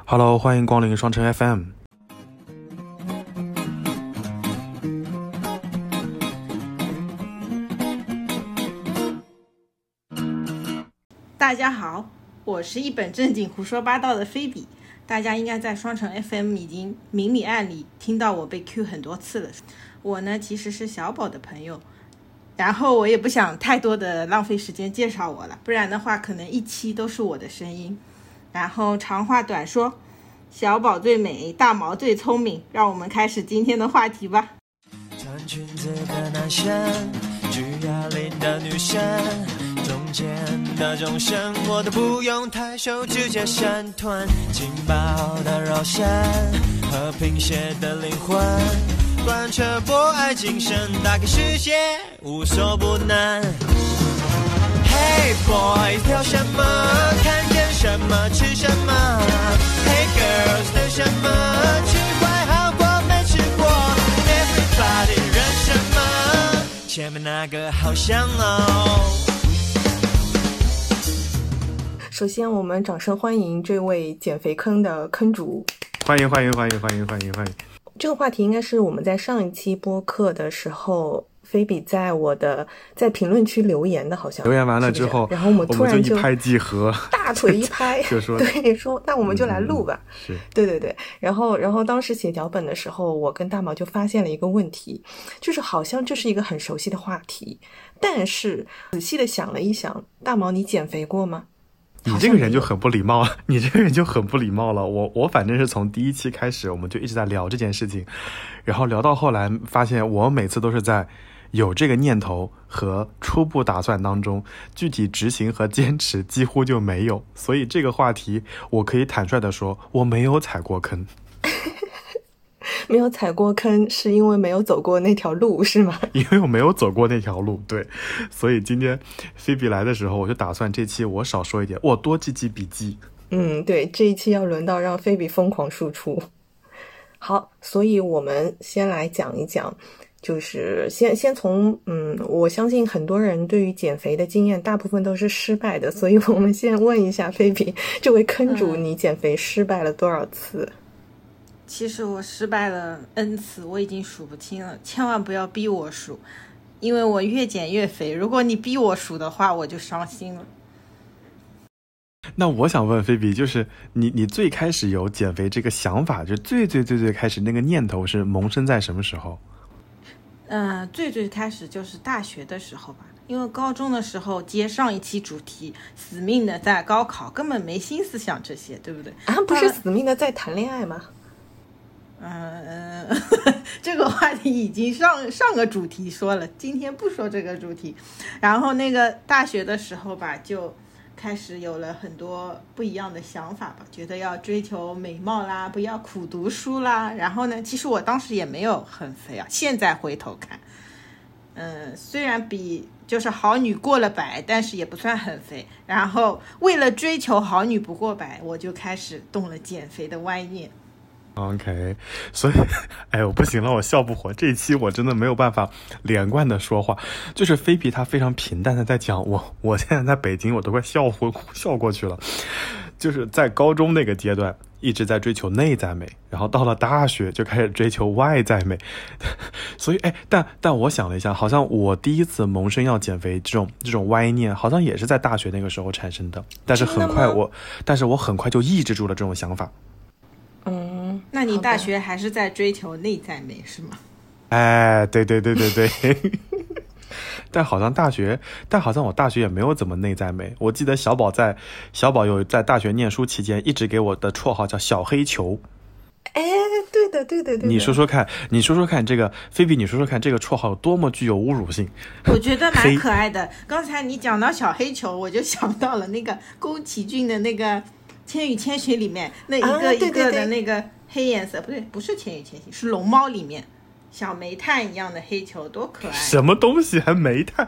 Hello， 欢迎光临双城 FM。 大家好，我是一本正经胡说八道的菲比。大家应该在双城 FM 已经明里暗里听到我被 Q 很多次了。我呢其实是小宝的朋友，然后我也不想太多的浪费时间介绍我了，不然的话可能一期都是我的声音。然后长话短说，小宝最美，大毛最聪明，让我们开始今天的话题吧。 穿裙子的男生，举哑铃的女生，中间的钟声我都不用抬手直接闪团，劲爆的肉身和贫血的灵魂，贯彻博爱精神，打开世界无所不能。Hey boys， 挑什么？看见什么吃什么？ Hey girls， 等什么？吃坏好过没吃过？ Everybody， 认什么？前面那个好香哦。 首先我们掌声欢迎这位减肥坑的坑主。 欢迎。 这个话题应该是我们在上一期播客的时候菲比在评论区留言的，好像留言完了之后， 然后我们突然就一拍即合， 大腿一拍就说对，说那我们就来录吧。 是， 对，然后当时写脚本的时候，我跟大毛就发现了一个问题，就是好像这是一个很熟悉的话题，但是仔细的想了一想，大毛你减肥过吗？ 你这个人就很不礼貌了，我反正是从第一期开始我们就一直在聊这件事情，然后聊到后来发现我每次都是在有这个念头和初步打算当中，具体执行和坚持几乎就没有，所以这个话题我可以坦率的说我没有踩过坑。 没有踩过坑是因为没有走过那条路是吗？ 因为我没有走过那条路，对，所以今天菲比来的时候我就打算这期我少说一点，我多记记笔记。 对，这一期要轮到让菲比疯狂输出。好，所以我们先来讲一讲，就是先从我相信很多人对于减肥的经验大部分都是失败的，所以我们先问一下菲比，这位坑主，你减肥失败了多少次？ 其实我失败了 N 次，我已经数不清了，千万不要逼我数，因为我越减越肥，如果你逼我数的话我就伤心了。 那我想问菲比，就是你最开始有减肥这个想法，就最开始那个念头是萌生在什么时候？ 最开始就是大学的时候吧，因为高中的时候接上一期主题，死命的在高考，根本没心思想这些，对不对？ 不是死命的在谈恋爱吗？ 这个话题已经上个主题说了，今天不说这个主题。然后那个大学的时候吧，就开始有了很多不一样的想法吧，觉得要追求美貌啦，不要苦读书啦。然后呢，其实我当时也没有很肥啊，现在回头看，虽然比就是好女过了百，但是也不算很肥。然后为了追求好女不过百，我就开始动了减肥的歪念。 OK， 所以我不行了，我笑不活，这一期我真的没有办法连贯的说话。就是菲比她非常平淡的在讲，我现在在北京我都快笑过去了。就是在高中那个阶段一直在追求内在美，然后到了大学就开始追求外在美。所以但我想了一下，好像我第一次萌生要减肥这种歪念好像也是在大学那个时候产生的，但是我很快就抑制住了这种想法。 那你大学还是在追求内在美是吗？ 对。但好像我大学也没有怎么内在美。我记得小宝有在大学念书期间一直给我的绰号叫小黑球。 对的。 你说说看这个菲比，你说说看这个绰号有多么具有侮辱性。 我觉得蛮可爱的。刚才你讲到小黑球，我就想到了那个宫崎骏的那个《千与千寻》里面那一个一个的那个黑颜色，不是千与千寻，是龙猫里面小煤炭一样的黑球，多可爱！ 什么东西还煤炭？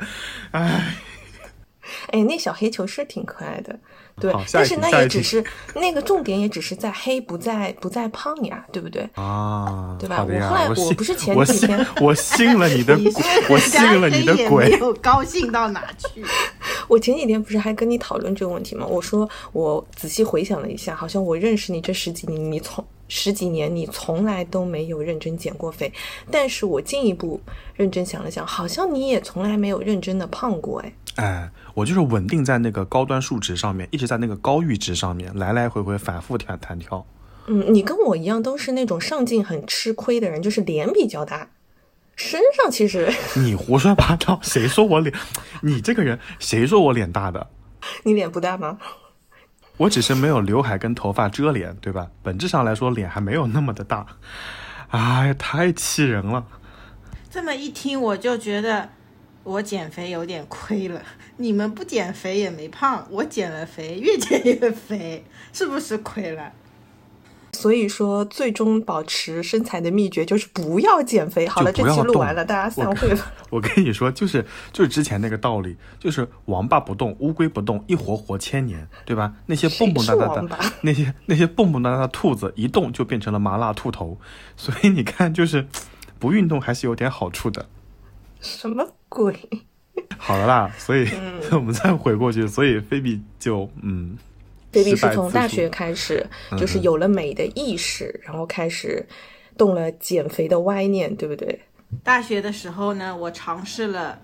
那小黑球是挺可爱的，对，但是那也只是那个重点，也只是在黑不在胖呀，对不对？对吧？我后来我不是前几天我信了你的，我信了你的鬼， 没有高兴到哪去。 我前几天不是还跟你讨论这个问题吗？我说我仔细回想了一下，好像我认识你这十几年，你从来都没有认真减过肥。但是我进一步认真想了想，好像你也从来没有认真的胖过。 我就是稳定在那个高端数值上面，一直在那个高阈值上面来来回回反复弹跳。 你跟我一样都是那种上镜很吃亏的人，就是脸比较大，身上其实你胡说八道，谁说我脸？你这个人谁说我脸大的？ 你脸不大吗？ 我只是没有刘海跟头发遮脸，对吧？本质上来说脸还没有那么的大。哎，太气人了。 这么一听我就觉得我减肥有点亏了。你们不减肥也没胖，我减了肥越减越肥，是不是亏了？ 所以说最终保持身材的秘诀就是不要减肥。好了，这期录完了，大家散会吧。 我跟你说，就是之前那个道理，就是王八不动，乌龟不动，一活活千年，对吧？那些蹦蹦哒哒的那些蹦蹦哒哒的兔子，一动就变成了麻辣兔头。所以你看，就是不运动还是有点好处的。 什么鬼？ 好了啦，所以我们再回过去，所以菲比就菲比是从大学开始，就是有了美的意识，然后开始动了减肥的歪念，对不对？ 大学的时候呢，我尝试了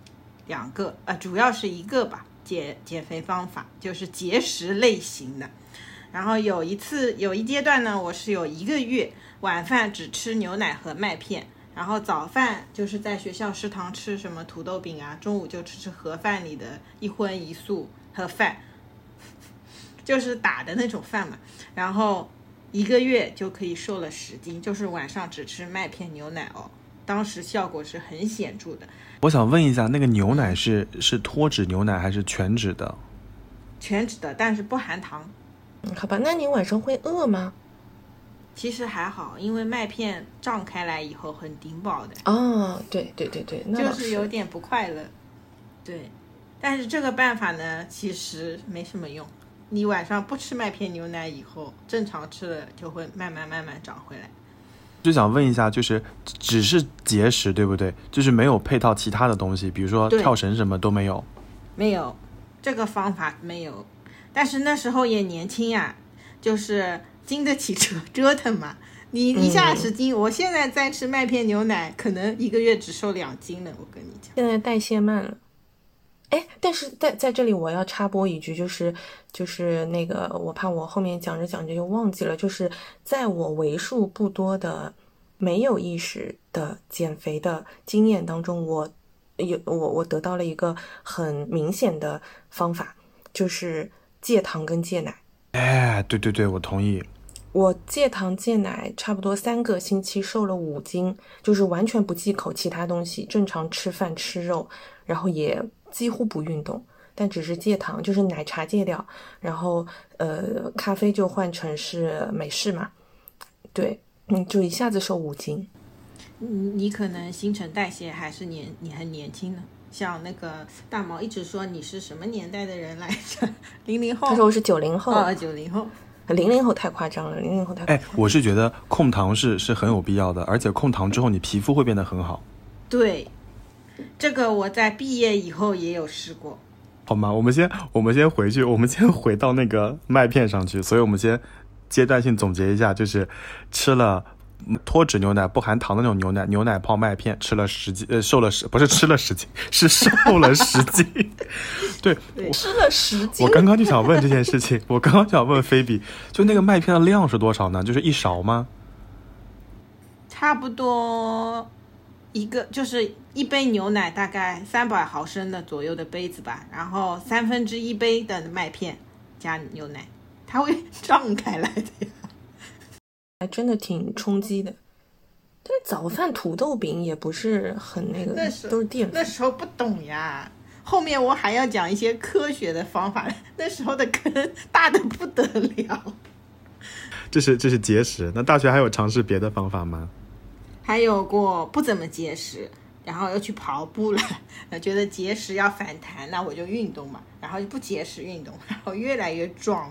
2个，主要是一个吧，减肥方法，就是节食类型的。然后有一阶段呢，我是有1个月晚饭只吃牛奶和麦片，然后早饭就是在学校食堂吃什么土豆饼啊，中午就吃盒饭里的一荤一素和饭。就是打的那种饭嘛，然后1个月就可以瘦了10斤，就是晚上只吃麦片牛奶哦，当时效果是很显著的。 我想问一下，那个牛奶是脱脂牛奶还是全脂的？ 全脂的，但是不含糖。 好吧，那你晚上会饿吗？ 其实还好，因为麦片胀开来以后很顶饱的。 对，那就是有点不快乐。对，但是这个办法呢，其实没什么用。你晚上不吃麦片牛奶以后，正常吃了就会慢慢长回来。 就想问一下，就是只是节食对不对？就是没有配套其他的东西，比如说跳绳什么都没有？ 没有，这个方法没有。但是那时候也年轻呀，就是经得起折腾嘛。你一下10斤，我现在再吃麦片牛奶，可能1个月只瘦2斤了。我跟你讲， 现在代谢慢了。但是在这里我要插播一句，就是那个，我怕我后面讲着就忘记了，就是在我为数不多的没有意识的减肥的经验当中，我得到了一个很明显的方法，就是戒糖跟戒奶。 对，我同意。 我戒糖戒奶差不多3个星期瘦了5斤，就是完全不忌口其他东西，正常吃饭吃肉，然后也几乎不运动，但只是戒糖，就是奶茶戒掉，然后咖啡就换成是美式嘛。对，就一下子瘦5斤。 你可能新陈代谢还是你很年轻呢。像那个大毛一直说你是什么年代的人来着？00后。 他说我是90后。 90后。 00后太夸张了，00后太夸张了。 我是觉得控糖是很有必要的，而且控糖之后你皮肤会变得很好。 对，这个我在毕业以后也有试过。 好吗？我们先回去，我们先回到那个麦片上去。所以我们先阶段性总结一下，就是吃了脱脂牛奶不含糖的那种牛奶泡麦片，吃了10斤，瘦了不是吃了10斤，是瘦了10斤。对， 吃了10斤。 我刚刚就想问这件事情，我刚刚想问菲比，就那个麦片的量是多少呢？就是1勺吗？ 差不多就是一杯牛奶大概300毫升的左右的杯子吧，然后1/3杯的麦片加牛奶，它会胀开来的呀。 还真的挺冲击的。但是早饭土豆饼也不是很那个，都是淀粉。 那时候不懂呀，后面我还要讲一些科学的方法，那时候的坑大的不得了。 这是节食。那大学还有尝试别的方法吗？ 还有过不怎么节食，然后又去跑步了，觉得节食要反弹，那我就运动嘛，然后就不节食运动，然后越来越壮。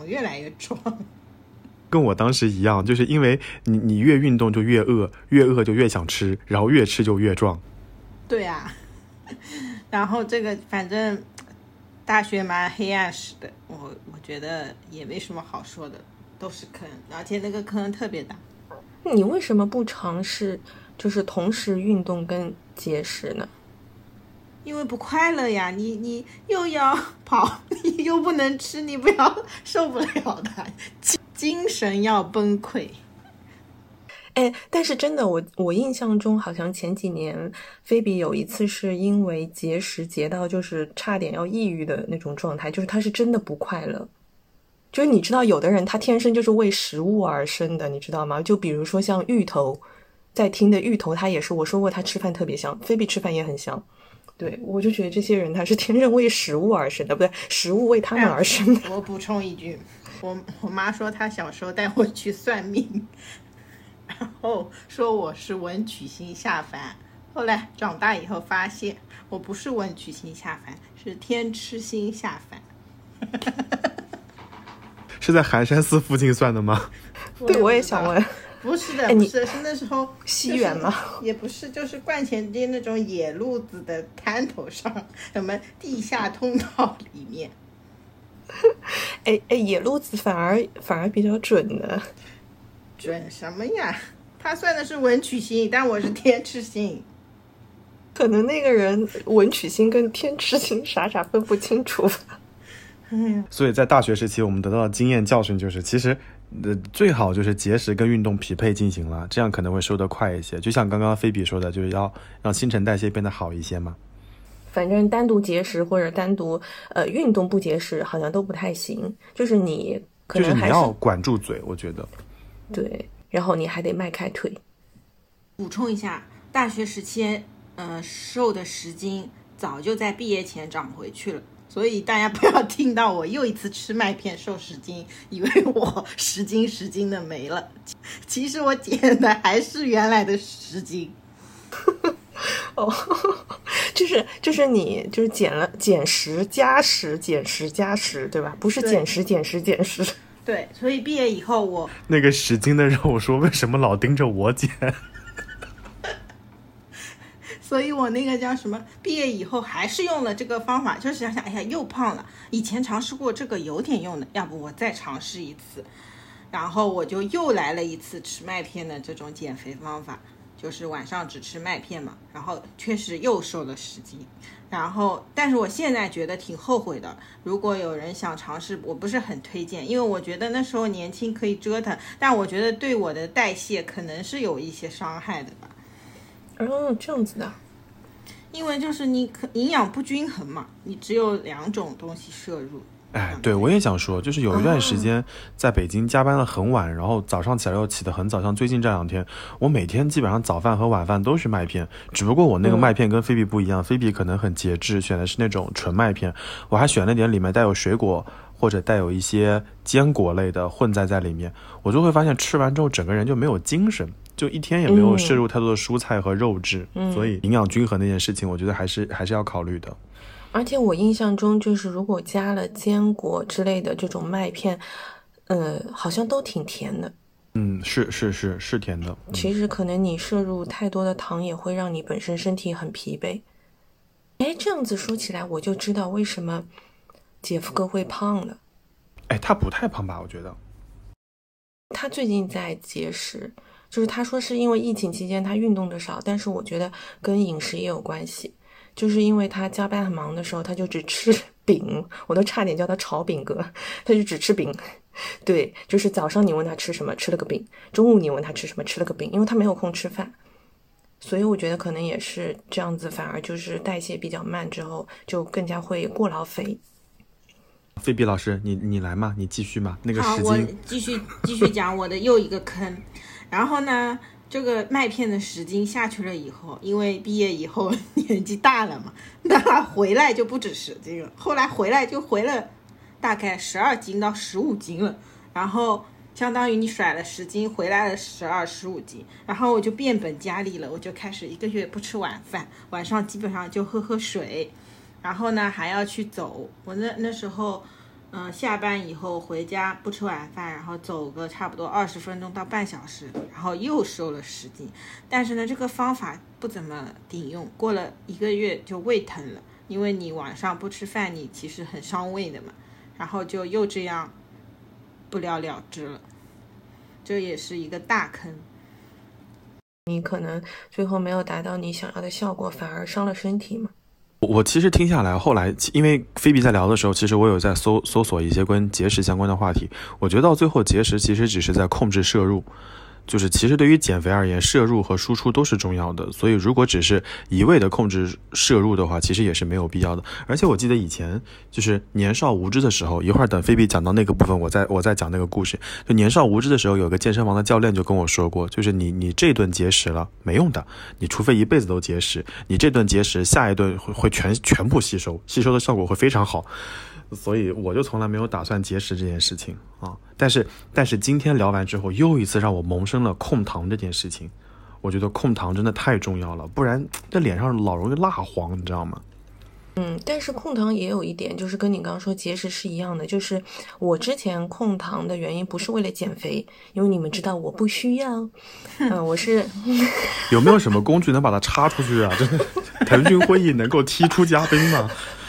跟我当时一样，就是因为你越运动就越饿，越饿就越想吃，然后越吃就越壮。 对啊，然后这个反正大学蛮黑暗史的，我觉得也没什么好说的，都是坑，而且那个坑特别大。 你为什么不尝试就是同时运动跟节食呢？ 因为不快乐呀，你又要跑，你又不能吃，你不要受不了的，精神要崩溃。 哎，但是真的，我印象中好像前几年菲比有一次是因为节食节到就是差点要抑郁的那种状态，就是他是真的不快乐。就是你知道有的人他天生就是为食物而生的，你知道吗？就比如说像芋头，在听的芋头，他也是我说过他吃饭特别香，菲比吃饭也很香。对，我就觉得这些人他是天生为食物而生的，不对，食物为他们而生的。 我补充一句，我妈说她小时候带我去算命，然后说我是文曲星下凡，后来长大以后发现我不是文曲星下凡，是天痴星下凡。 是在寒山寺附近算的吗？ 对，我也想问。 不是的，不是，是那时候西园吗？ 也不是，就是观前街那种野路子的滩头上，什么地下通道里面。 野路子反而比较准的。 准什么呀？他算的是文曲星，但我是天痴星。 可能那个人文曲星跟天痴星傻分不清楚吧。 所以在大学时期，我们得到的经验教训就是，其实最好就是节食跟运动匹配进行了，这样可能会瘦得快一些。就像刚刚菲比说的，就是要让新陈代谢变得好一些嘛。 反正单独节食或者单独运动不节食好像都不太行，就是你可能还是就是你要管住嘴，我觉得。 对，然后你还得迈开腿。 补充一下，大学时期瘦的10斤早就在毕业前长回去了。所以大家不要听到我又一次吃麦片瘦10斤，以为我10斤的没了。其实我减的还是原来的10斤。 哦，就是你就是减食加食，减食加食，对吧？不是减食减食减食。 对，所以毕业以后我那个10斤的人，我说为什么老盯着我减？ 所以我那个叫什么，毕业以后还是用了这个方法，就是想想，哎呀，又胖了。以前尝试过这个有点用的，要不我再尝试一次。然后我就又来了一次吃麦片的这种减肥方法，就是晚上只吃麦片嘛，然后确实又瘦了10斤。然后，但是我现在觉得挺后悔的。如果有人想尝试，我不是很推荐，因为我觉得那时候年轻可以折腾，但我觉得对我的代谢可能是有一些伤害的吧。 哦，这样子的。 因为就是你营养不均衡嘛，你只有2种东西摄入。 哎，对，我也想说，就是有一段时间在北京加班了很晚，然后早上起来又起得很早，像最近这2天，我每天基本上早饭和晚饭都是麦片，只不过我那个麦片跟菲比不一样，菲比可能很节制，选的是那种纯麦片，我还选了点里面带有水果或者带有一些坚果类的混在里面，我就会发现吃完之后整个人就没有精神，就一天也没有摄入太多的蔬菜和肉质，所以营养均衡那件事情，我觉得还是要考虑的。 而且我印象中，就是如果加了坚果之类的这种麦片，好像都挺甜的。 是甜的。 其实可能你摄入太多的糖也会让你本身身体很疲惫。哎，这样子说起来，我就知道为什么姐夫哥会胖了。 哎，他不太胖吧？我觉得他最近在节食，就是他说是因为疫情期间他运动的少，但是我觉得跟饮食也有关系。就是因为他加班很忙的时候，他就只吃饼，我都差点叫他炒饼哥，他就只吃饼。对，就是早上你问他吃什么，吃了个饼；中午你问他吃什么，吃了个饼，因为他没有空吃饭。所以我觉得可能也是这样子，反而就是代谢比较慢之后，就更加会过劳肥。 菲比老师，你来嘛，你继续嘛，那个 10斤。好，我继续讲我的又一个坑。然后呢，这个麦片的10斤下去了以后，因为毕业以后年纪大了嘛，那回来就不止10斤了，后来回来就回了大概12斤到15斤了，然后相当于你甩了10斤，回来了12、15斤，然后我就变本加厉了，我就开始1个月不吃晚饭，晚上基本上就喝水，然后呢还要去走。我那时候下班以后回家不吃晚饭，然后走个差不多20分钟到半小时，然后又瘦了10斤。但是呢，这个方法不怎么顶用，过了1个月就胃疼了， 因为你晚上不吃饭，你其实很伤胃的嘛，然后就又这样不了了之了，这也是一个大坑。 你可能最后没有达到你想要的效果，反而伤了身体嘛。 我其实听下来，后来因为菲比在聊的时候，其实我有在搜索一些跟节食相关的话题。我觉得到最后，节食其实只是在控制摄入，就是其实对于减肥而言，摄入和输出都是重要的。所以如果只是一味的控制摄入的话，其实也是没有必要的。而且我记得以前就是年少无知的时候，一会儿等菲比讲到那个部分，我再讲那个故事。就年少无知的时候，有个健身房的教练就跟我说过，就是你这顿节食了没用的，你除非一辈子都节食，你这顿节食下一顿会全部吸收的效果会非常好。所以我就从来没有打算节食这件事情啊。但是今天聊完之后，又一次让我萌生了控糖这件事情。我觉得控糖真的太重要了，不然这脸上老容易蜡黄，你知道吗？ 但是控糖也有一点，就是跟你刚刚说节食是一样的，就是我之前控糖的原因不是为了减肥，因为你们知道我不需要，我是有没有什么工具能把它插出去啊？真的，腾讯会议能够踢出嘉宾吗？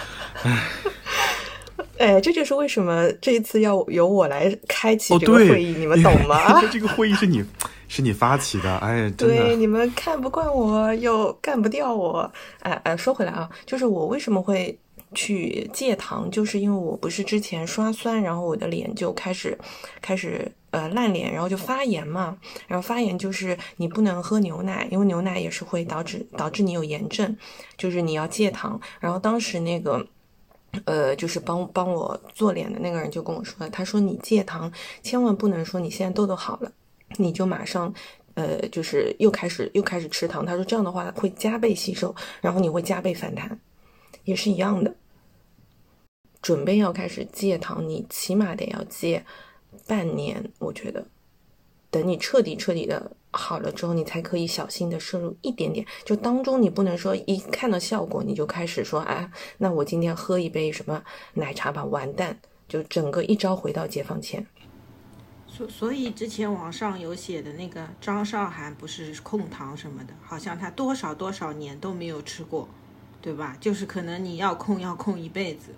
这就是为什么这一次要由我来开启这个会议，你们懂吗？ 这个会议是你发起的，哎，真的。 对，你们看不惯我，又干不掉我。说回来啊，就是我为什么会去戒糖，就是因为我不是之前刷酸，然后我的脸就开始烂脸，然后就发炎嘛。然后发炎就是你不能喝牛奶，因为牛奶也是会导致你有炎症，就是你要戒糖。然后当时那个就是帮我做脸的那个人就跟我说，他说你戒糖千万不能说你现在痘痘好了，你就马上就是又开始吃糖。他说这样的话会加倍吸收，然后你会加倍反弹，也是一样的。准备要开始戒糖，你起码得要戒半年，我觉得等你彻底的好了之后，你才可以小心的摄入一点点。就当中你不能说一看到效果你就开始说那我今天喝一杯什么奶茶吧，完蛋，就整个一朝回到解放前。 所以之前网上有写的那个张韶涵不是控糖什么的，好像他多少年都没有吃过，对吧？就是可能你要控一辈子。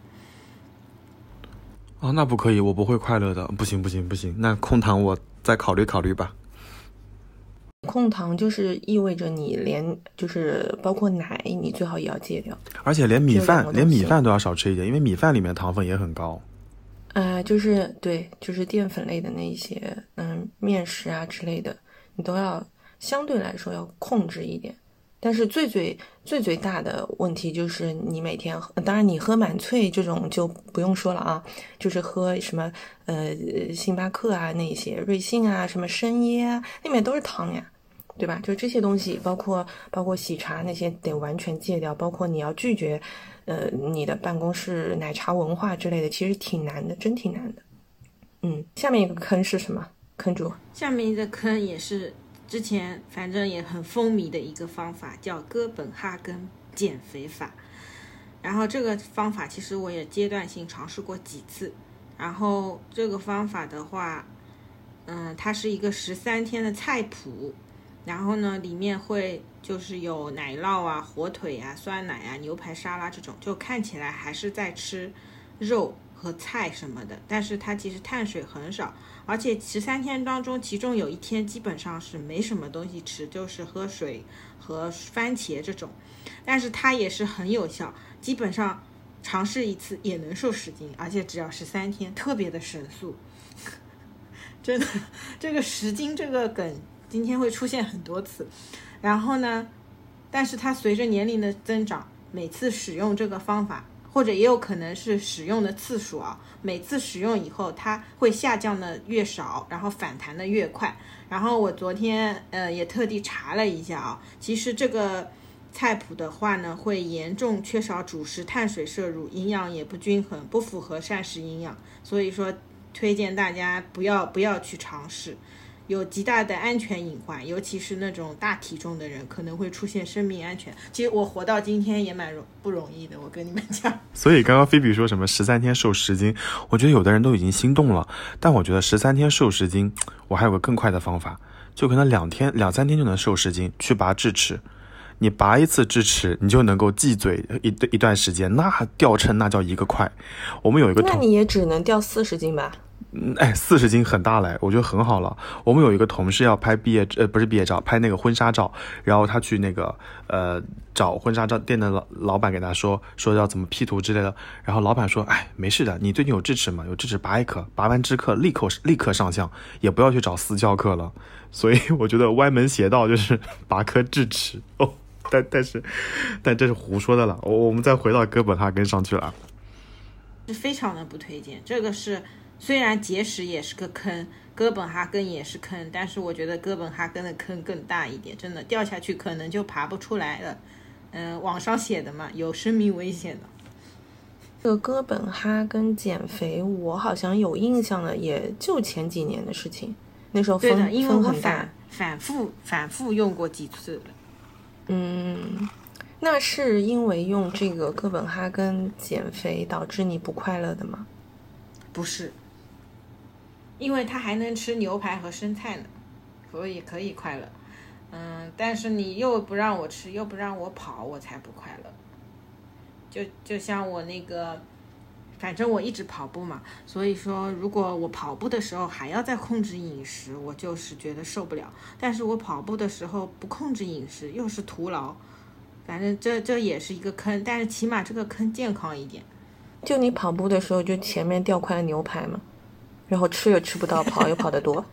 那不可以，我不会快乐的，不行，那控糖我再考虑吧。 控糖就是意味着你连就是包括奶你最好也要戒掉， 而且连米饭都要少吃一点，因为米饭里面糖分也很高。 就是对，就是淀粉类的那一些面食啊之类的，你都要相对来说要控制一点。但是最大的问题就是你每天当然你喝满萃这种就不用说了啊，就是喝什么星巴克啊，那些瑞幸啊，什么深椰啊，里面都是糖呀，对吧？就这些东西，包括喜茶那些得完全戒掉，包括你要拒绝你的办公室奶茶文化之类的，其实挺难的，真挺难的。下面一个坑是什么？坑主？ 下面一个坑也是之前反正也很风靡的一个方法，叫哥本哈根减肥法。然后这个方法其实我也阶段性尝试过几次。然后这个方法的话，它是一个13天的菜谱。然后呢，里面会就是有奶酪啊、火腿啊、酸奶啊、牛排沙拉这种，就看起来还是在吃肉和菜什么的，但是它其实碳水很少，而且13天当中，其中有1天基本上是没什么东西吃，就是喝水和番茄这种，但是它也是很有效，基本上尝试一次也能瘦10斤，而且只要13天，特别的神速。真的，这个10斤这个梗今天会出现很多次。然后呢，但是它随着年龄的增长，每次使用这个方法，或者也有可能是使用的次数啊，每次使用以后它会下降的越少，然后反弹的越快。然后我昨天也特地查了一下啊，其实这个菜谱的话呢，会严重缺少主食碳水摄入，营养也不均衡，不符合膳食营养，所以说推荐大家不要去尝试，有极大的安全隐患，尤其是那种大体重的人可能会出现生命安全。其实我活到今天也蛮不容易的，我跟你们讲。 所以刚刚菲比说什么13天瘦10斤，我觉得有的人都已经心动了，但我觉得13天瘦10斤，我还有个更快的方法，就可能2-3天就能瘦10斤，去拔智齿。 你拔一次智齿，你就能够忌嘴一段时间，那掉秤那叫一个快。我们有一个那你也只能掉40斤吧 ？40斤很大了，我觉得很好了。我们有一个同事要拍不是毕业照，拍那个婚纱照，然后他去那个找婚纱照店的老板给他说要怎么 P 图之类的，然后老板说，没事的，你最近有智齿吗？有智齿拔一颗，拔完智颗立刻上相，也不要去找私教课了。所以我觉得歪门邪道就是拔颗智齿哦，但这是胡说的了。我们再回到哥本哈根上去了， 是非常的不推荐。这个是虽然节食也是个坑，哥本哈根也是坑，但是我觉得哥本哈根的坑更大一点，真的掉下去可能就爬不出来了。网上写的嘛，有生命危险的。 这个哥本哈根减肥，我好像有印象的，也就前几年的事情。那时候对的，因为我很大， 反复用过几次了。 那是因为用这个哥本哈根减肥导致你不快乐的吗？ 不是，因为它还能吃牛排和生菜呢，所以可以快乐。但是你又不让我吃，又不让我跑，我才不快乐。就像我那个，反正我一直跑步嘛，所以说如果我跑步的时候还要再控制饮食，我就是觉得受不了。但是我跑步的时候不控制饮食又是徒劳，反正这也是一个坑，但是起码这个坑健康一点。 就你跑步的时候就前面掉块牛排嘛，然后吃也吃不到，跑也跑得多。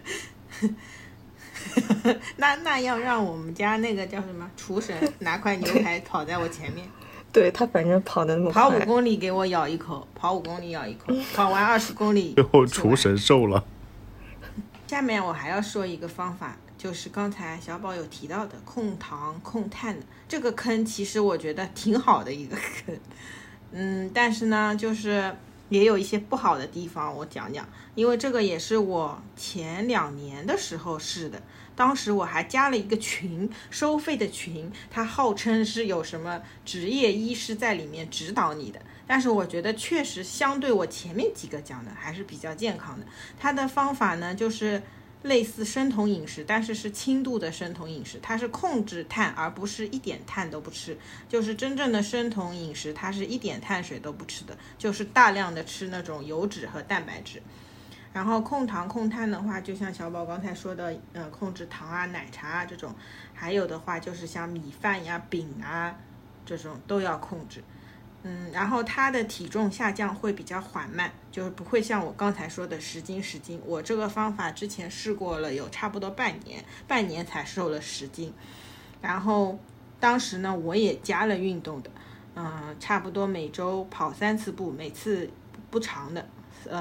那要让我们家那个叫什么厨神拿块牛排跑在我前面。 对，他反正跑得那么快， 跑5公里给我咬一口，跑5公里咬一口，跑完20公里最后厨神瘦了。 下面我还要说一个方法，就是刚才小宝有提到的控糖控碳的这个坑，其实我觉得挺好的一个坑。但是呢，就是也有一些不好的地方，我讲讲。因为这个也是我前2年的时候试的，当时我还加了一个群，收费的群，它号称是有什么职业医师在里面指导你的，但是我觉得确实相对我前面几个讲的还是比较健康的。它的方法呢，就是类似生酮饮食，但是是轻度的生酮饮食，它是控制碳，而不是一点碳都不吃。就是真正的生酮饮食，它是一点碳水都不吃的，就是大量的吃那种油脂和蛋白质。然后控糖控碳的话，就像小宝刚才说的，控制糖啊、奶茶啊这种，还有的话就是像米饭呀、饼啊这种都要控制。然后他的体重下降会比较缓慢，就是不会像我刚才说的10斤10斤。我这个方法之前试过了，有差不多半年才瘦了10斤。然后当时呢，我也加了运动的，差不多每周跑3次步，每次不长的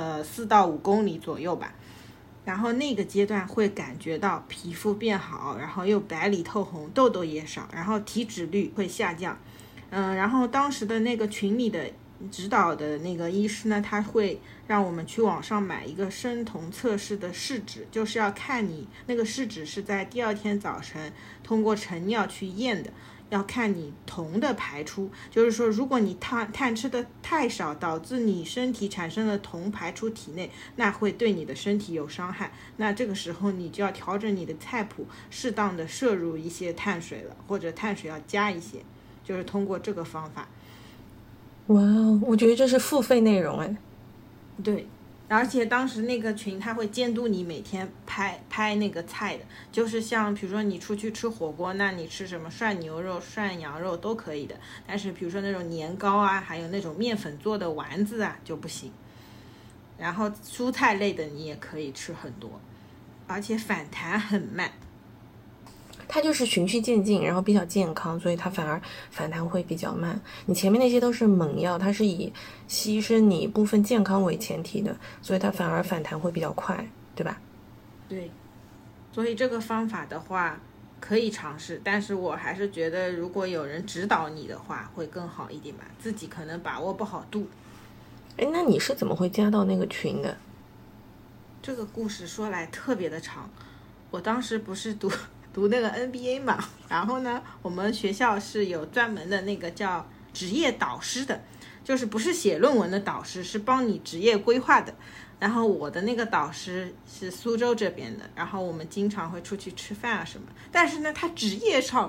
，4到5公里左右吧。然后那个阶段会感觉到皮肤变好，然后又白里透红，痘痘也少，然后体脂率会下降。然后当时的那个群里的指导的那个医师呢，他会让我们去网上买一个生酮测试的试纸，就是要看你那个试纸是在第2天早晨通过晨尿去验的，要看你酮的排出，就是说如果你碳吃的太少，导致你身体产生了酮排出体内，那会对你的身体有伤害。那这个时候你就要调整你的菜谱，适当的摄入一些碳水了，或者碳水要加一些，就是通过这个方法。 哇哦，我觉得这是付费内容哎。 对，而且当时那个群他会监督你每天拍那个菜的，就是像比如说你出去吃火锅，那你吃什么涮牛肉、涮羊肉都可以的，但是比如说那种年糕啊，还有那种面粉做的丸子啊就不行。然后蔬菜类的你也可以吃很多，而且反弹很慢。 它就是循序渐进，然后比较健康，所以它反而反弹会比较慢。你前面那些都是猛药，它是以牺牲你部分健康为前提的，所以它反而反弹会比较快，对吧？ 对，所以这个方法的话可以尝试，但是我还是觉得如果有人指导你的话会更好一点吧，自己可能把握不好度。 哎，那你是怎么会加到那个群的？ 这个故事说来特别的长，我当时不是读那个 NBA 嘛，然后呢，我们学校是有专门的那个叫职业导师的，就是不是写论文的导师，是帮你职业规划的。然后我的那个导师是苏州这边的，然后我们经常会出去吃饭啊什么，但是呢，他职业上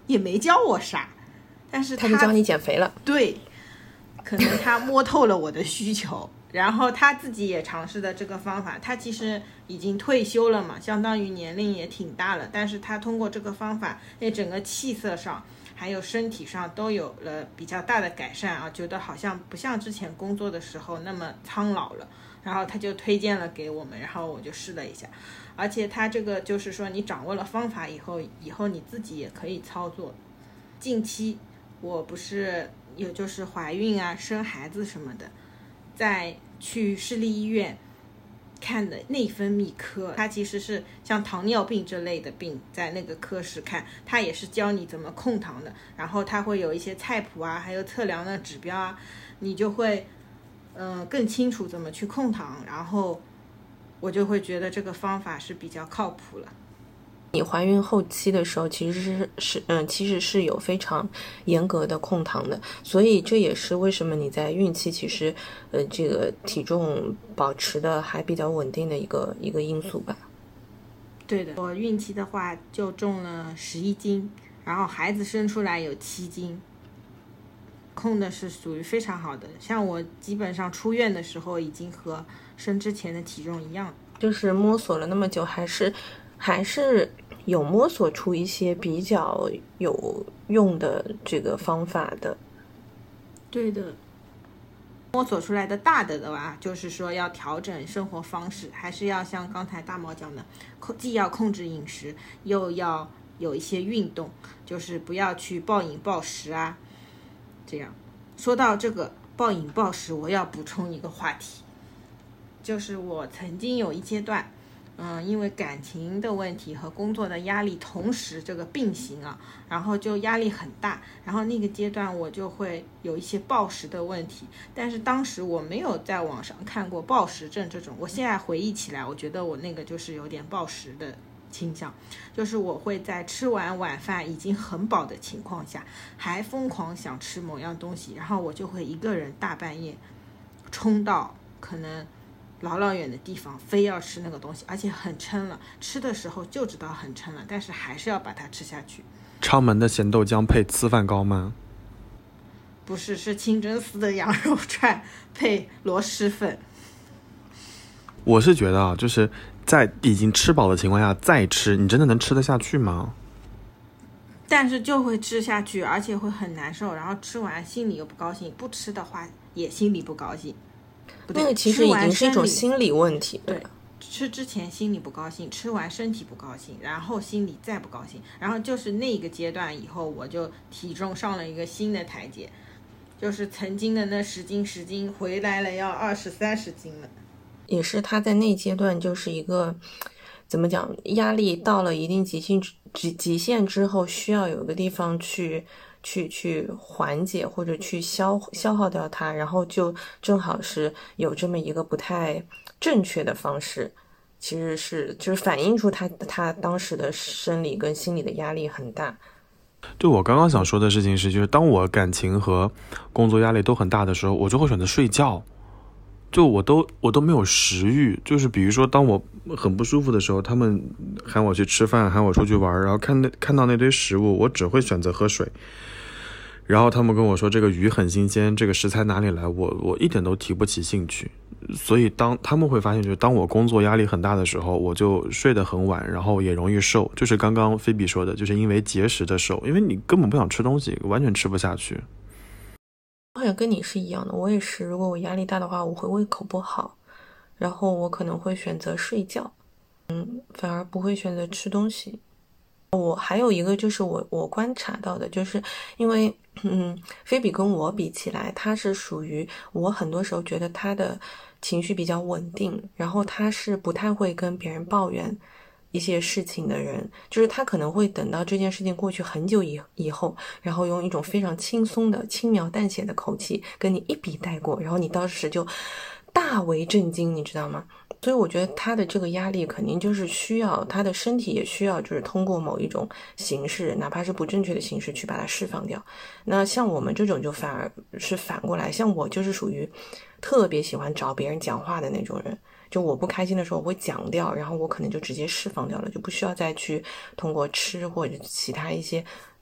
也没教我啥，但是他就教你减肥了。 对，可能他摸透了我的需求，然后他自己也尝试的这个方法。他其实已经退休了嘛，相当于年龄也挺大了，但是他通过这个方法，那整个气色上还有身体上都有了比较大的改善啊，觉得好像不像之前工作的时候那么苍老了。然后他就推荐了给我们，然后我就试了一下，而且他这个就是说你掌握了方法以后你自己也可以操作。近期我不是有就是怀孕啊生孩子什么的，在去市立医院看的内分泌科，它其实是像糖尿病这类的病，在那个科室看，它也是教你怎么控糖的，然后它会有一些菜谱啊，还有测量的指标啊，你就会更清楚怎么去控糖，然后我就会觉得这个方法是比较靠谱了。 你怀孕后期的时候，其实是有非常严格的控糖的，所以这也是为什么你在孕期其实这个体重保持的还比较稳定的一个因素吧。 对的，我孕期的话就重了11斤，然后孩子生出来有7斤，控的是属于非常好的。像我基本上出院的时候已经和生之前的体重一样。 就是摸索了那么久，还是有摸索出一些比较有用的这个方法的。 对的，摸索出来的大的吧，就是说要调整生活方式，还是要像刚才大毛讲的，既要控制饮食，又要有一些运动，就是不要去暴饮暴食啊。这样说到这个暴饮暴食，我要补充一个话题，就是我曾经有一阶段因为感情的问题和工作的压力同时这个并行啊，然后就压力很大，然后那个阶段我就会有一些暴食的问题，但是当时我没有在网上看过暴食症这种，我现在回忆起来，我觉得我那个就是有点暴食的倾向，就是我会在吃完晚饭已经很饱的情况下，还疯狂想吃某样东西，然后我就会一个人大半夜冲到可能老远的地方，非要吃那个东西，而且很撑了，吃的时候就知道很撑了，但是还是要把它吃下去。 昌门的咸豆浆配粢饭糕吗？ 不是，是清真寺的羊肉串配螺蛳粉。 我是觉得啊，就是在已经吃饱的情况下再吃，你真的能吃得下去吗？ 但是就会吃下去，而且会很难受，然后吃完心里又不高兴，不吃的话也心里不高兴。 那个其实已经是一种心理问题。 对，吃之前心里不高兴，吃完身体不高兴，然后心里再不高兴，然后就是那个阶段以后，我就体重上了一个新的台阶，就是曾经的那10斤回来了，要20、30斤了。 也是他在那阶段就是一个怎么讲，压力到了一定极限之后，需要有个地方去缓解或者去消耗掉它，然后就正好是有这么一个不太正确的方式，其实是就是反映出他当时的生理跟心理的压力很大。 就我刚刚想说的事情是，就是当我感情和工作压力都很大的时候，我就会选择睡觉。就我都没有食欲，就是比如说当我很不舒服的时候，他们喊我去吃饭，喊我出去玩，然后看到那堆食物，我只会选择喝水。然后他们跟我说这个鱼很新鲜，这个食材哪里来，我一点都提不起兴趣。所以当他们会发现，就是当我工作压力很大的时候，我就睡得很晚，然后也容易瘦，就是刚刚菲比说的，就是因为节食的瘦，因为你根本不想吃东西，完全吃不下去。 好像跟你是一样的，我也是，如果我压力大的话，我会胃口不好，然后我可能会选择睡觉，反而不会选择吃东西。我还有一个就是我观察到的，就是因为菲比跟我比起来，他是属于我很多时候觉得他的情绪比较稳定，然后他是不太会跟别人抱怨一些事情的人，就是他可能会等到这件事情过去很久以后，然后用一种非常轻松的轻描淡写的口气跟你一笔带过，然后你当时就大为震惊，你知道吗？所以我觉得他的这个压力肯定就是需要他的身体也需要就是通过某一种形式，哪怕是不正确的形式去把它释放掉。那像我们这种就反而是反过来，像我就是属于特别喜欢找别人讲话的那种人，就我不开心的时候我会讲掉，然后我可能就直接释放掉了，就不需要再去通过吃或者其他一些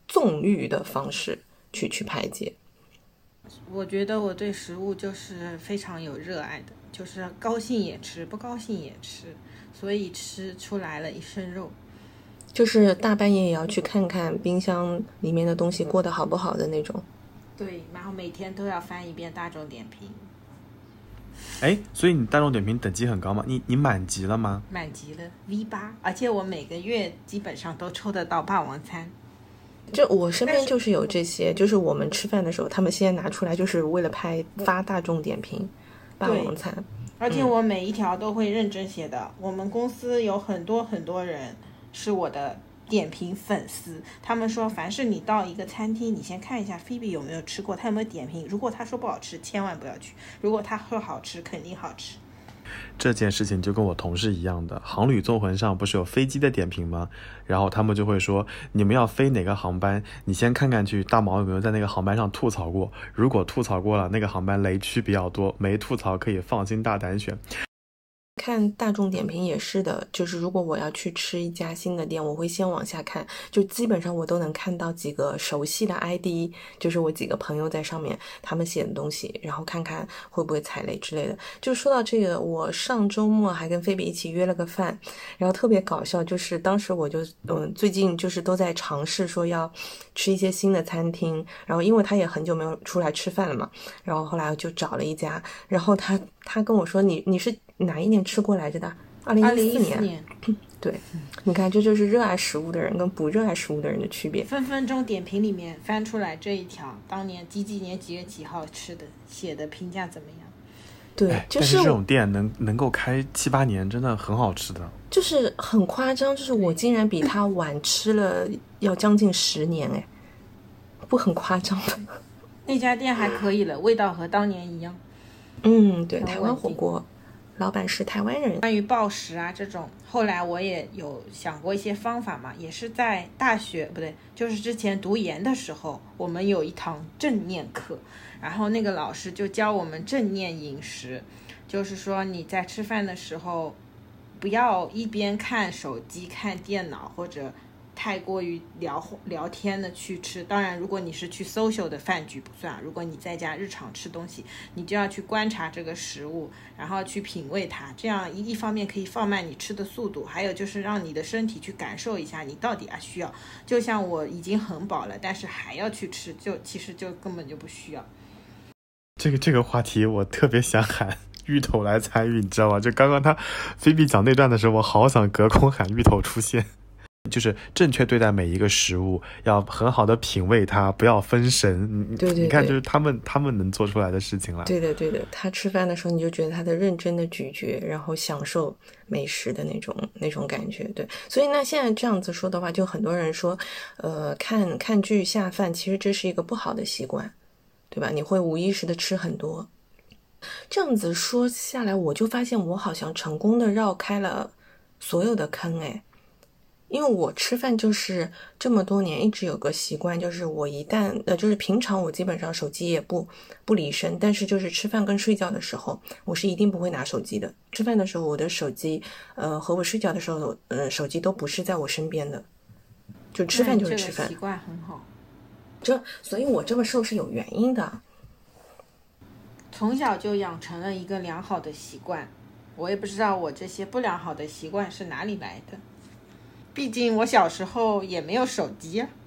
纵欲的方式去排解。 我觉得我对食物就是非常有热爱的，就是高兴也吃，不高兴也吃，所以吃出来了一身肉。 就是大半夜也要去看看冰箱里面的东西过得好不好的那种。 对，然后每天都要翻一遍大众点评。 哎，所以你大众点评等级很高吗？你满级了吗？ 满级了 V8，而且我每个月基本上都抽得到霸王餐。 就我身边就是有这些，就是我们吃饭的时候，他们现在拿出来就是为了发大众点评霸王餐。 而且我每一条都会认真写的。我们公司有很多人是我的点评粉丝，他们说凡是你到一个餐厅，你先看一下菲比有没有吃过，他有没有点评，如果他说不好吃千万不要去，如果他说好吃肯定好吃。 这件事情就跟我同事一样的，航旅纵横上不是有飞机的点评吗？然后他们就会说，你们要飞哪个航班，你先看看去大毛有没有在那个航班上吐槽过，如果吐槽过了，那个航班雷区比较多，没吐槽可以放心大胆选。 看大众点评也是的，就是如果我要去吃一家新的店，我会先往下看，就基本上我都能看到几个熟悉的 ID， 就是我几个朋友在上面他们写的东西，然后看看会不会踩雷之类的。就说到这个，我上周末还跟菲比一起约了个饭，然后特别搞笑，就是当时我就最近就是都在尝试说要吃一些新的餐厅，然后因为他也很久没有出来吃饭了嘛，然后后来就找了一家，然后他跟我说你是哪一年吃过来着的？2014年。对，你看这就是热爱食物的人跟不热爱食物的人的区别。 分分钟点评里面翻出来这一条，当年几年几月几号吃的，写的评价怎么样？ 对，就是但是这种店能够开7-8年，真的很好吃的。 就是很夸张，就是我竟然比他晚吃了要将近10年，哎，不很夸张吗？ 那家店还可以了，味道和当年一样。 对，台湾火锅。老板是台湾人。 关于暴食啊这种，后来我也有想过一些方法嘛，也是在大学不对，就是之前读研的时候，我们有一堂正念课，然后那个老师就教我们正念饮食，就是说你在吃饭的时候，不要一边看手机、看电脑或者太过于聊天的去吃。当然如果你是去 social 的饭局不算，如果你在家日常吃东西，你就要去观察这个食物，然后去品味它，这样一方面可以放慢你吃的速度，还有就是让你的身体去感受一下你到底需要。就像我已经很饱了，但是还要去吃，其实就根本就不需要。 这个话题我特别想喊芋头来参与，你知道吗？就刚刚他菲比讲那段的时候，我好想隔空喊芋头出现。就是正确对待每一个食物，要很好的品味它，不要分神。 对， 你看，就是他们能做出来的事情了。 对的，他吃饭的时候，你就觉得他的认真的咀嚼，然后享受美食的那种感觉。对，所以那现在这样子说的话，就很多人说，看剧下饭，其实这是一个不好的习惯，对吧？你会无意识的吃很多。这样子说下来，我就发现我好像成功的绕开了所有的坑，哎。因为我吃饭就是这么多年一直有个习惯，就是我一旦就是平常我基本上手机也不离身，但是就是吃饭跟睡觉的时候，我是一定不会拿手机的。吃饭的时候我的手机和我睡觉的时候手机都不是在我身边的，就吃饭就是吃饭。 这个习惯很好。 所以我这么瘦是有原因的。 从小就养成了一个良好的习惯，我也不知道我这些不良好的习惯是哪里来的。毕竟我小时候也没有手机啊。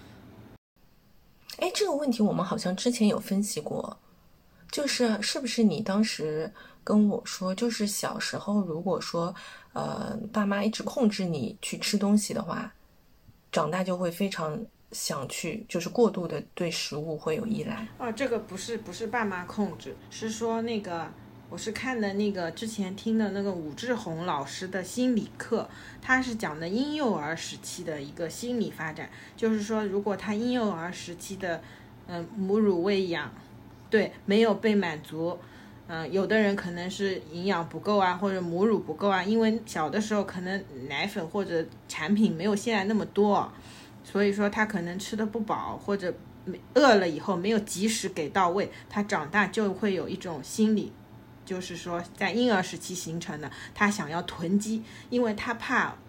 哎，这个问题我们好像之前有分析过，就是是不是你当时跟我说，就是小时候如果说爸妈一直控制你去吃东西的话，长大就会非常想去，就是过度的对食物会有依赖。 这个不是爸妈控制，是说那个我是看的那个之前听的那个武志红老师的心理课，他是讲的婴幼儿时期的一个心理发展，就是说如果他婴幼儿时期的母乳喂养没有被满足，有的人可能是营养不够啊，或者母乳不够啊，因为小的时候可能奶粉或者产品没有现在那么多，所以说他可能吃得不饱，或者饿了以后没有及时给到位，他长大就会有一种心理，就是说在婴儿时期形成的，他想要囤积，因为他怕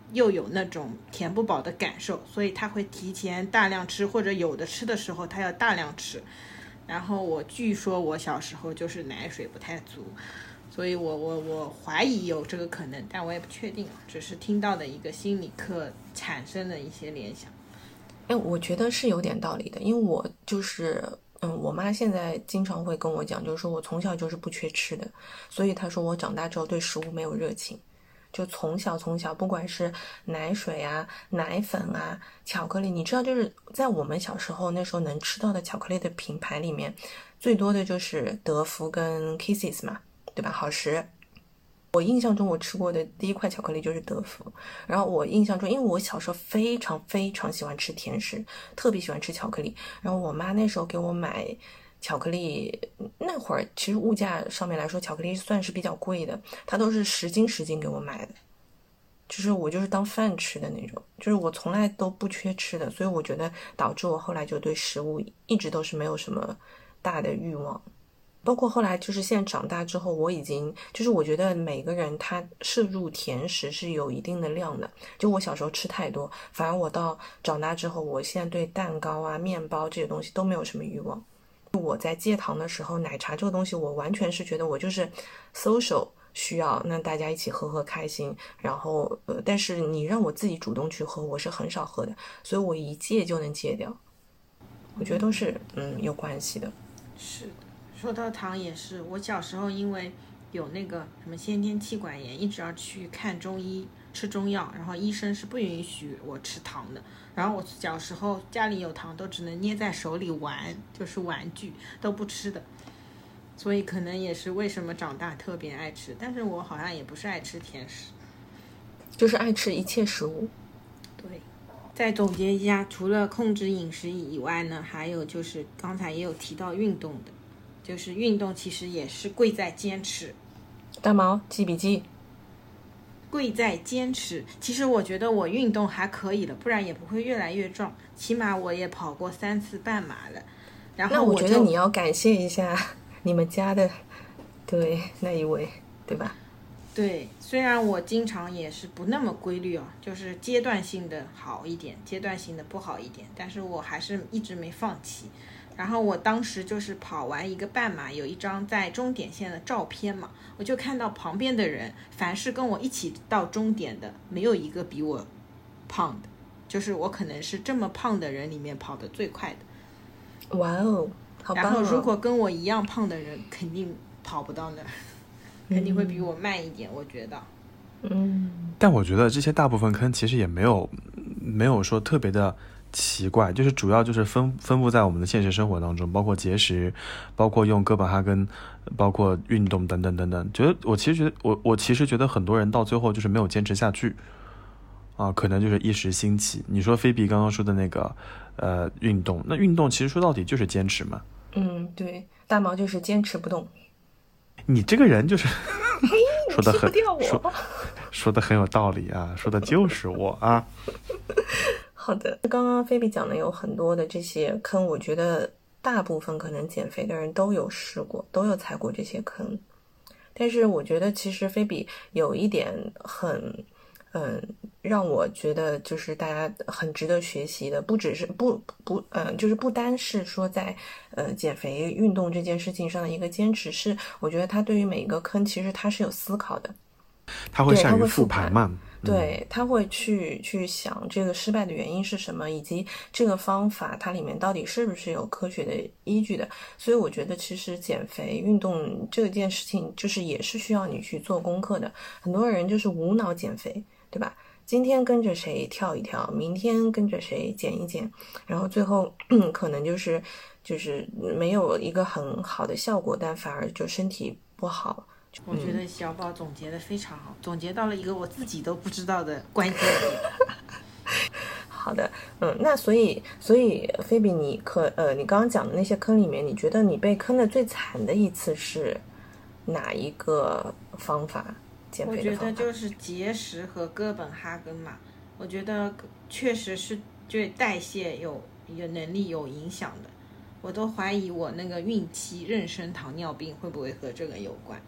又有那种填不饱的感受，所以他会提前大量吃，或者有的吃的时候他要大量吃。然后据说我小时候就是奶水不太足，所以我怀疑有这个可能，但我也不确定，只是听到的一个心理课产生的一些联想。 我觉得是有点道理的，因为我就是我妈现在经常会跟我讲，就是说我从小就是不缺吃的，所以她说我长大之后对食物没有热情，就从小不管是奶水啊、奶粉啊、巧克力，你知道就是在我们小时候那时候能吃到的巧克力的品牌里面，最多的就是德芙跟 Kisses 嘛，对吧？好时。我印象中我吃过的第一块巧克力就是德芙，然后我印象中因为我小时候非常非常喜欢吃甜食，特别喜欢吃巧克力，然后我妈那时候给我买巧克力，那会儿其实物价上面来说巧克力算是比较贵的，她都是10斤给我买的，就是我就是当饭吃的那种，就是我从来都不缺吃的，所以我觉得导致我后来就对食物一直都是没有什么大的欲望。包括后来就是现在长大之后，我已经就是我觉得每个人他摄入甜食是有一定的量的，就我小时候吃太多，反而我到长大之后，我现在对蛋糕啊、面包这些东西都没有什么欲望。我在戒糖的时候，奶茶这个东西我完全是觉得我就是 social 需要，那大家一起喝开心，然后但是你让我自己主动去喝，我是很少喝的，所以我一戒就能戒掉，我觉得都是有关系的。 是的，说到糖也是，我小时候因为有那个什么先天气管炎，一直要去看中医吃中药，然后医生是不允许我吃糖的，然后我小时候家里有糖都只能捏在手里玩，就是玩具都不吃的，所以可能也是为什么长大特别爱吃，但是我好像也不是爱吃甜食， 就是爱吃一切食物。 对。再总结一下，除了控制饮食以外呢，还有就是刚才也有提到运动的，就是运动其实也是贵在坚持。 大毛记笔记， 贵在坚持。其实我觉得我运动还可以了，不然也不会越来越壮，起码我也跑过3次半马了。然后那我觉得你要感谢一下你们家的对那一位，对吧？ 对，虽然我经常也是不那么规律就是阶段性的好一点，阶段性的不好一点，但是我还是一直没放弃。然后我当时就是跑完一个半马，有一张在终点线的照片嘛，我就看到旁边的人，凡是跟我一起到终点的，没有一个比我胖的，就是我可能是这么胖的人里面跑得最快的。 哇哦，好棒哦！ 然后如果跟我一样胖的人，肯定跑不到那儿。肯定会比我慢一点，我觉得。 但我觉得这些大部分坑其实也没有说特别的奇怪，就是主要就是分布在我们的现实生活当中，包括节食，包括用哥本哈根，包括运动等等等等。我其实觉得很多人到最后就是没有坚持下去啊，可能就是一时兴起。你说菲比刚刚说的那个运动，那运动其实说到底就是坚持嘛。 对，大毛就是坚持不动。 你这个人就是说的很有道理啊，说的就是我啊。 好的，刚刚菲比讲的有很多的这些坑，我觉得大部分可能减肥的人都有试过，都有踩过这些坑。但是我觉得其实菲比有一点很让我觉得就是大家很值得学习的，不只是就是不单是说在减肥运动这件事情上的一个坚持，是我觉得他对于每一个坑其实他是有思考的， 他会善于复盘嘛。 对，他会去想这个失败的原因是什么，以及这个方法它里面到底是不是有科学的依据的。所以我觉得其实减肥运动这件事情就是也是需要你去做功课的。很多人就是无脑减肥，对吧？今天跟着谁跳一跳，明天跟着谁减一减，然后最后可能就是没有一个很好的效果，但反而就身体不好。 我觉得小宝总结的非常好，总结到了一个我自己都不知道的关键点。 好的，那所以菲比，你刚刚讲的那些坑里面，你觉得你被坑的最惨的一次是哪一个方法？减肥的方法？ 我觉得就是节食和哥本哈根嘛，我觉得确实是对代谢有能力有影响的。我都怀疑我那个孕期妊娠糖尿病会不会和这个有关。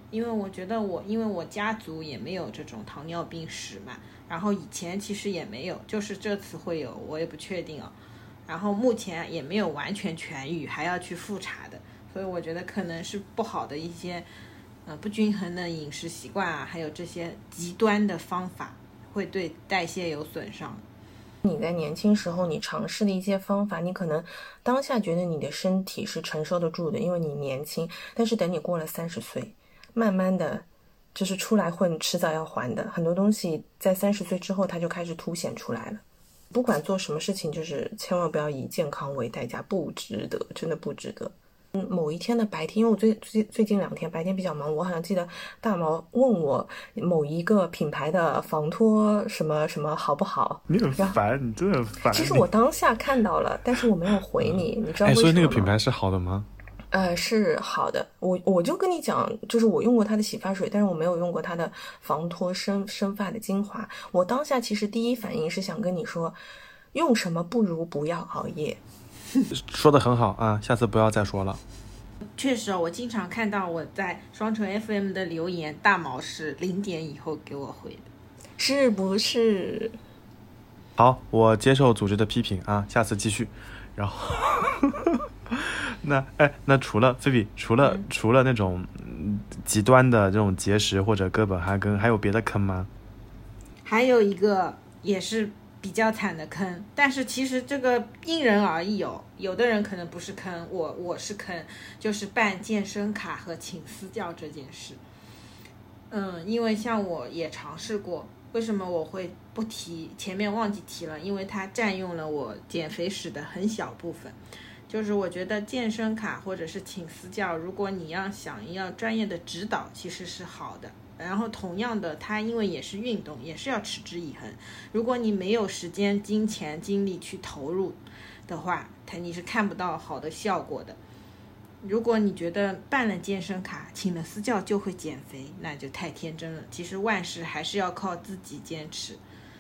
因为我觉得因为我家族也没有这种糖尿病史嘛，然后以前其实也没有，就是这次会有，我也不确定哦。然后目前也没有完全痊愈，还要去复查的，所以我觉得可能是不好的一些不均衡的饮食习惯啊，还有这些极端的方法会对代谢有损伤。 你在年轻时候你尝试的一些方法，你可能当下觉得你的身体是承受得住的，因为你年轻，但是等你过了30岁，慢慢的就是出来混迟早要还的，很多东西在30岁之后它就开始凸显出来了。不管做什么事情，就是千万不要以健康为代价，不值得，真的不值得。某一天的白天，因为我最近2天白天比较忙，我好像记得大毛问我某一个品牌的防脱什么什么好不好。 你很烦，你真的很烦。 其实我当下看到了，但是我没有回你，你知道为什么吗？ 所以那个品牌是好的吗？ 是好的。我就跟你讲，就是我用过它的洗发水，但是我没有用过它的防脱生发的精华。我当下其实第一反应是想跟你说，用什么不如不要熬夜。 说得很好啊，下次不要再说了。 确实我经常看到我在双城 FM 的留言，大毛是0点以后给我回的， 是不是？ 好，我接受组织的批评啊，下次继续。然后那除了菲比，除了那种极端的这种节食或者哥本哈根，还有别的坑吗？ 还有一个也是比较惨的坑，但是其实这个因人而异哦，有的人可能不是坑，我是坑，就是办健身卡和请私教这件事。因为像我也尝试过，为什么我会不提？前面忘记提了，因为它占用了我减肥史的很小部分。就是我觉得健身卡或者是请私教，如果你想要专业的指导，其实是好的。然后同样的，它因为也是运动，也是要持之以恒。如果你没有时间、金钱、精力去投入的话，你是看不到好的效果的。如果你觉得办了健身卡、请了私教就会减肥，那就太天真了。其实万事还是要靠自己坚持。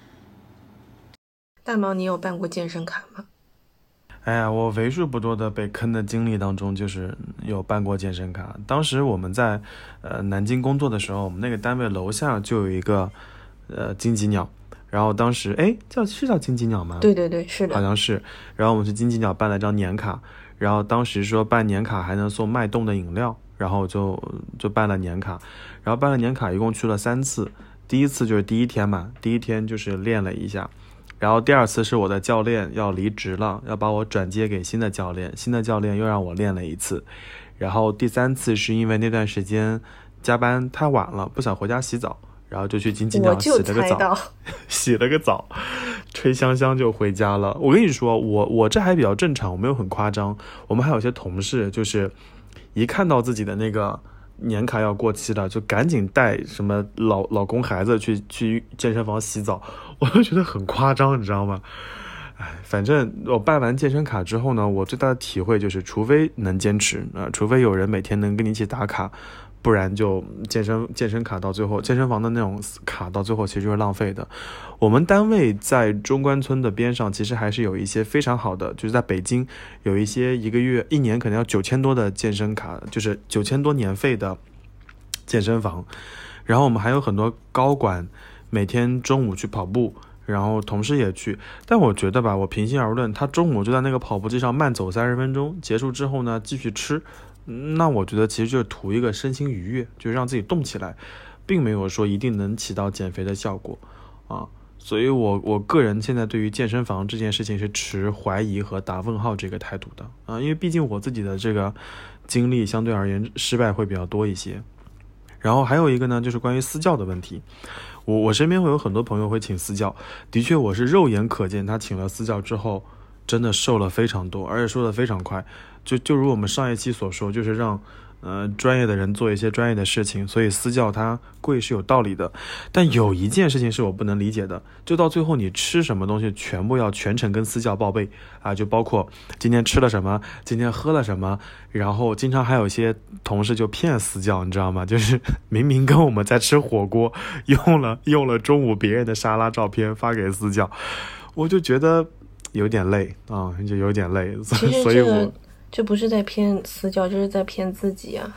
大毛，你有办过健身卡吗？ 哎呀，我为数不多的被坑的经历当中，就是有办过健身卡。当时我们在南京工作的时候，我们那个单位楼下就有一个金鸡鸟，然后当时是叫金鸡鸟吗？ 对对对，是的， 好像是。然后我们去金鸡鸟办了张年卡，然后当时说办年卡还能送脉动的饮料，然后就办了年卡。然后办了年卡一共去了3次，第一次就是第一天嘛，第一天就是练了一下。然后第2次是我的教练要离职了，要把我转接给新的教练，新的教练又让我练了1次。然后第3次是因为那段时间加班太晚了，不想回家洗澡，然后就去金鸡鸟洗了个澡，吹香香就回家了。我跟你说，我这还比较正常，我没有很夸张。我们还有些同事就是一看到自己的那个年卡要过期了，就赶紧带什么老公孩子去健身房洗澡，我就觉得很夸张，你知道吗？反正我办完健身卡之后呢，我最大的体会就是，除非能坚持除非有人每天能跟你一起打卡，不然就健身卡到最后，健身房的那种卡到最后其实就是浪费的。我们单位在中关村的边上，其实还是有一些非常好的，就是在北京有一些一年可能要9000多的健身卡，就是9000多年费的健身房。然后我们还有很多高管每天中午去跑步，然后同事也去。但我觉得吧，我平心而论，他中午就在那个跑步机上慢走30分钟，结束之后呢继续吃，那我觉得其实就是图一个身心愉悦，就是让自己动起来，并没有说一定能起到减肥的效果啊。所以我个人现在对于健身房这件事情是持怀疑和打问号这个态度的啊，因为毕竟我自己的这个经历相对而言失败会比较多一些。然后还有一个呢，就是关于私教的问题。我身边会有很多朋友会请私教，的确我是肉眼可见他请了私教之后真的瘦了非常多，而且瘦得非常快。就如我们上一期所说，就是让专业的人做一些专业的事情，所以私教它贵是有道理的。但有一件事情是我不能理解的，就到最后你吃什么东西全部要全程跟私教报备啊，就包括今天吃了什么，今天喝了什么，然后经常还有一些同事就骗私教，你知道吗？就是明明跟我们在吃火锅，用了中午别人的沙拉照片发给私教，我就觉得有点累啊，就有点累，所以我。 这不是在骗私教，这是在骗自己啊！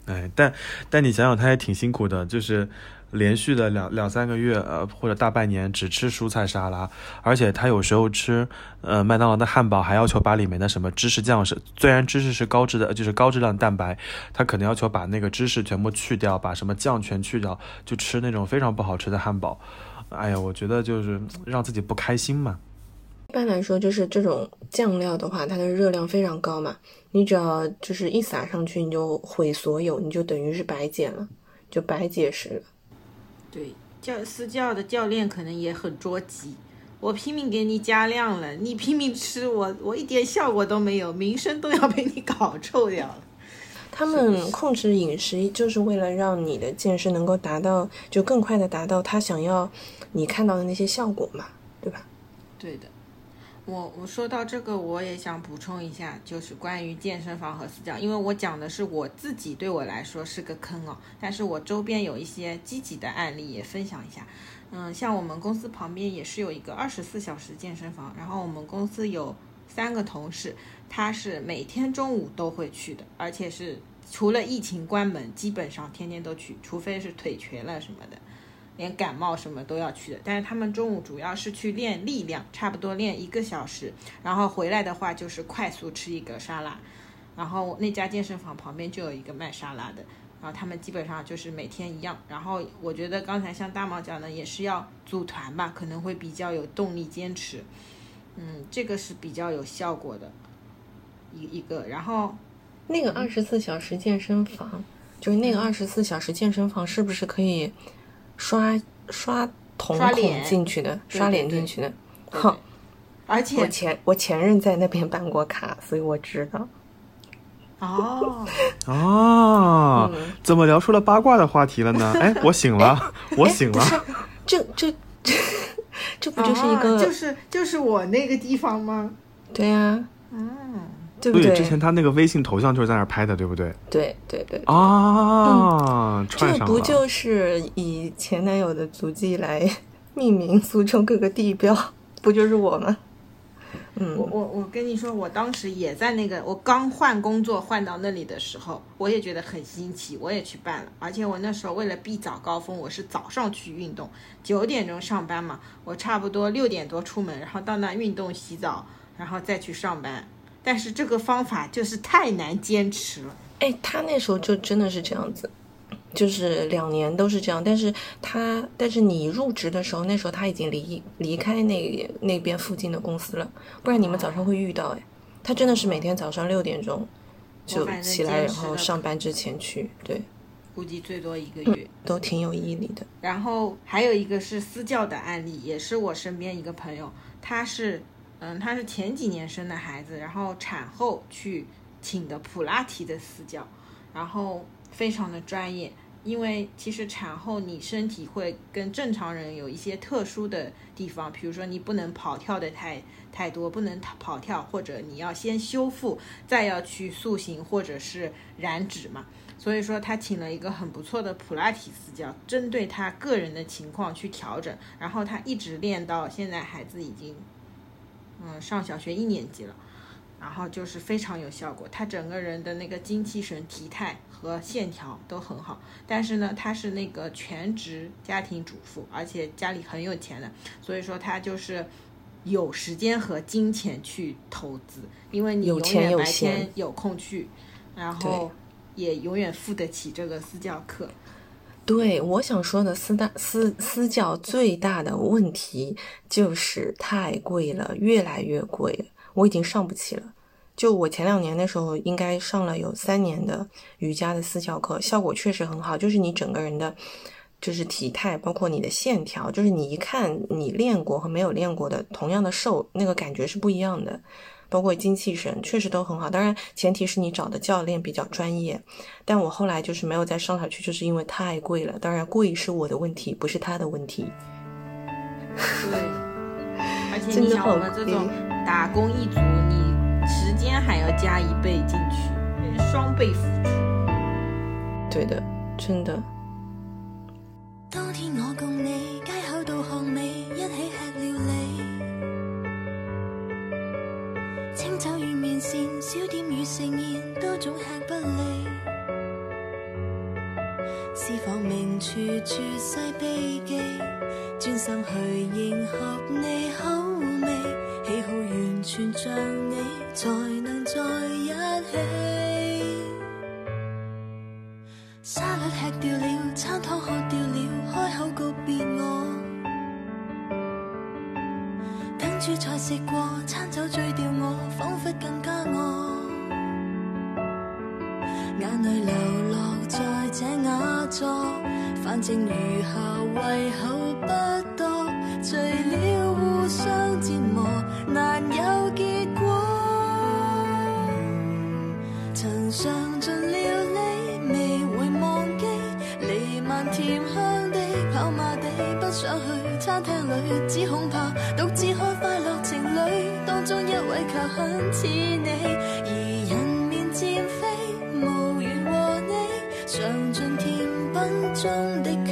哎，但你想想，他也挺辛苦的，就是连续的两三个月，或者大半年只吃蔬菜沙拉，而且他有时候吃麦当劳的汉堡，还要求把里面的什么芝士酱虽然芝士是高质的，就是高质量蛋白，他可能要求把那个芝士全部去掉，把什么酱全去掉，就吃那种非常不好吃的汉堡。哎呀，我觉得就是让自己不开心嘛。 一般来说，就是这种酱料的话，它的热量非常高嘛，你只要就是一撒上去，你就毁所有，你就等于是白减了，就白节食了。 对，私教的教练可能也很着急，我拼命给你加量了，你拼命吃，我一点效果都没有，名声都要被你搞臭掉了。 他们控制饮食就是为了让你的健身能够达到，就更快的达到他想要你看到的那些效果嘛，对吧？ 对的。我说到这个，我也想补充一下，就是关于健身房和私教，因为我讲的是我自己，对我来说是个坑哦，但是我周边有一些积极的案例也分享一下。像我们公司旁边也是有一个24小时健身房，然后我们公司有3个同事，他是每天中午都会去的，而且是除了疫情关门，基本上天天都去，除非是腿瘸了什么的。连感冒什么都要去的，但是他们中午主要是去练力量，差不多练1个小时，然后回来的话就是快速吃一个沙拉，然后那家健身房旁边就有一个卖沙拉的，然后他们基本上就是每天一样。然后我觉得刚才像大毛讲的，也是要组团吧，可能会比较有动力坚持，这个是比较有效果的一个。然后那个24小时健身房，就是那个24小时健身房是不是可以刷瞳孔进去的，刷脸进去的？ 好，而且我前任在那边办过卡，所以我知道。 怎么聊出了八卦的话题了呢？哎，我醒了，我醒了。 这不就是一个？ 就是我那个地方吗？ 对呀。对不对？ 之前他那个微信头像就是在那儿拍的，对不对？ 对。 串上了。 这不就是以前男友的足迹来命名苏州各个地标，不就是我吗？ 我跟你说，我当时也在那个，我刚换工作换到那里的时候，我也觉得很新奇，我也去办了。而且我那时候为了避早高峰，我是早上去运动，9点钟上班嘛，我差不多6点多出门，然后到那运动洗澡，然后再去上班。但是这个方法就是太难坚持了。 哎，他那时候就真的是这样子，就是2年都是这样。但是你入职的时候，那时候他已经离开那边附近的公司了，不然你们早上会遇到。哎，他真的是每天早上6点钟就起来，然后上班之前去。对， 估计最多1个月， 都挺有毅力的。 然后还有一个是私教的案例，也是我身边一个朋友，他是前几年生的孩子，然后产后去请的普拉提的私教，然后非常的专业。因为其实产后你身体会跟正常人有一些特殊的地方，比如说你不能跑跳的太多，不能跑跳，或者你要先修复，再要去塑形或者是燃脂嘛。所以说他请了一个很不错的普拉提私教，针对他个人的情况去调整，然后他一直练到现在，孩子已经上小学1年级了，然后就是非常有效果，他整个人的那个精气神、体态和线条都很好。但是呢，他是那个全职家庭主妇，而且家里很有钱的，所以说他就是有时间和金钱去投资，因为你永远白天有空去，然后也永远付得起这个私教课。 对，我想说的私教最大的问题就是太贵了，越来越贵了，我已经上不起了。就我前2年的时候应该上了有3年的瑜伽的私教课，效果确实很好，就是你整个人的就是体态，包括你的线条，就是你一看你练过和没有练过的同样的瘦，那个感觉是不一样的，包括精气神确实都很好。当然前提是你找的教练比较专业，但我后来就是没有再上下去，就是因为太贵了。当然贵是我的问题，不是他的问题。 对，而且你像我们这种打工一族，你时间还要加1倍进去，双倍付出。 对的，真的。 當天我共你街口到巷尾一起吃料理，清酒與麵線，小點與盛宴都總吃不膩。 是否明處絕世秘技，專心去迎合你口味，喜好完全像你，才能在一起。沙律吃掉了，餐湯喝掉了，開口告別我，等住才食過，餐酒醉掉我，彷彿更加愛。眼淚流落在這雅座，反正餘下胃口不多，醉了互相折磨，難有結果。曾嘗盡了你，未會忘記，彌漫甜香的跑馬地，不想去餐廳裏，只恐怕獨自看快樂情侶，當中一位卻很似你，而人面漸飛，無緣和你，嘗盡甜品中的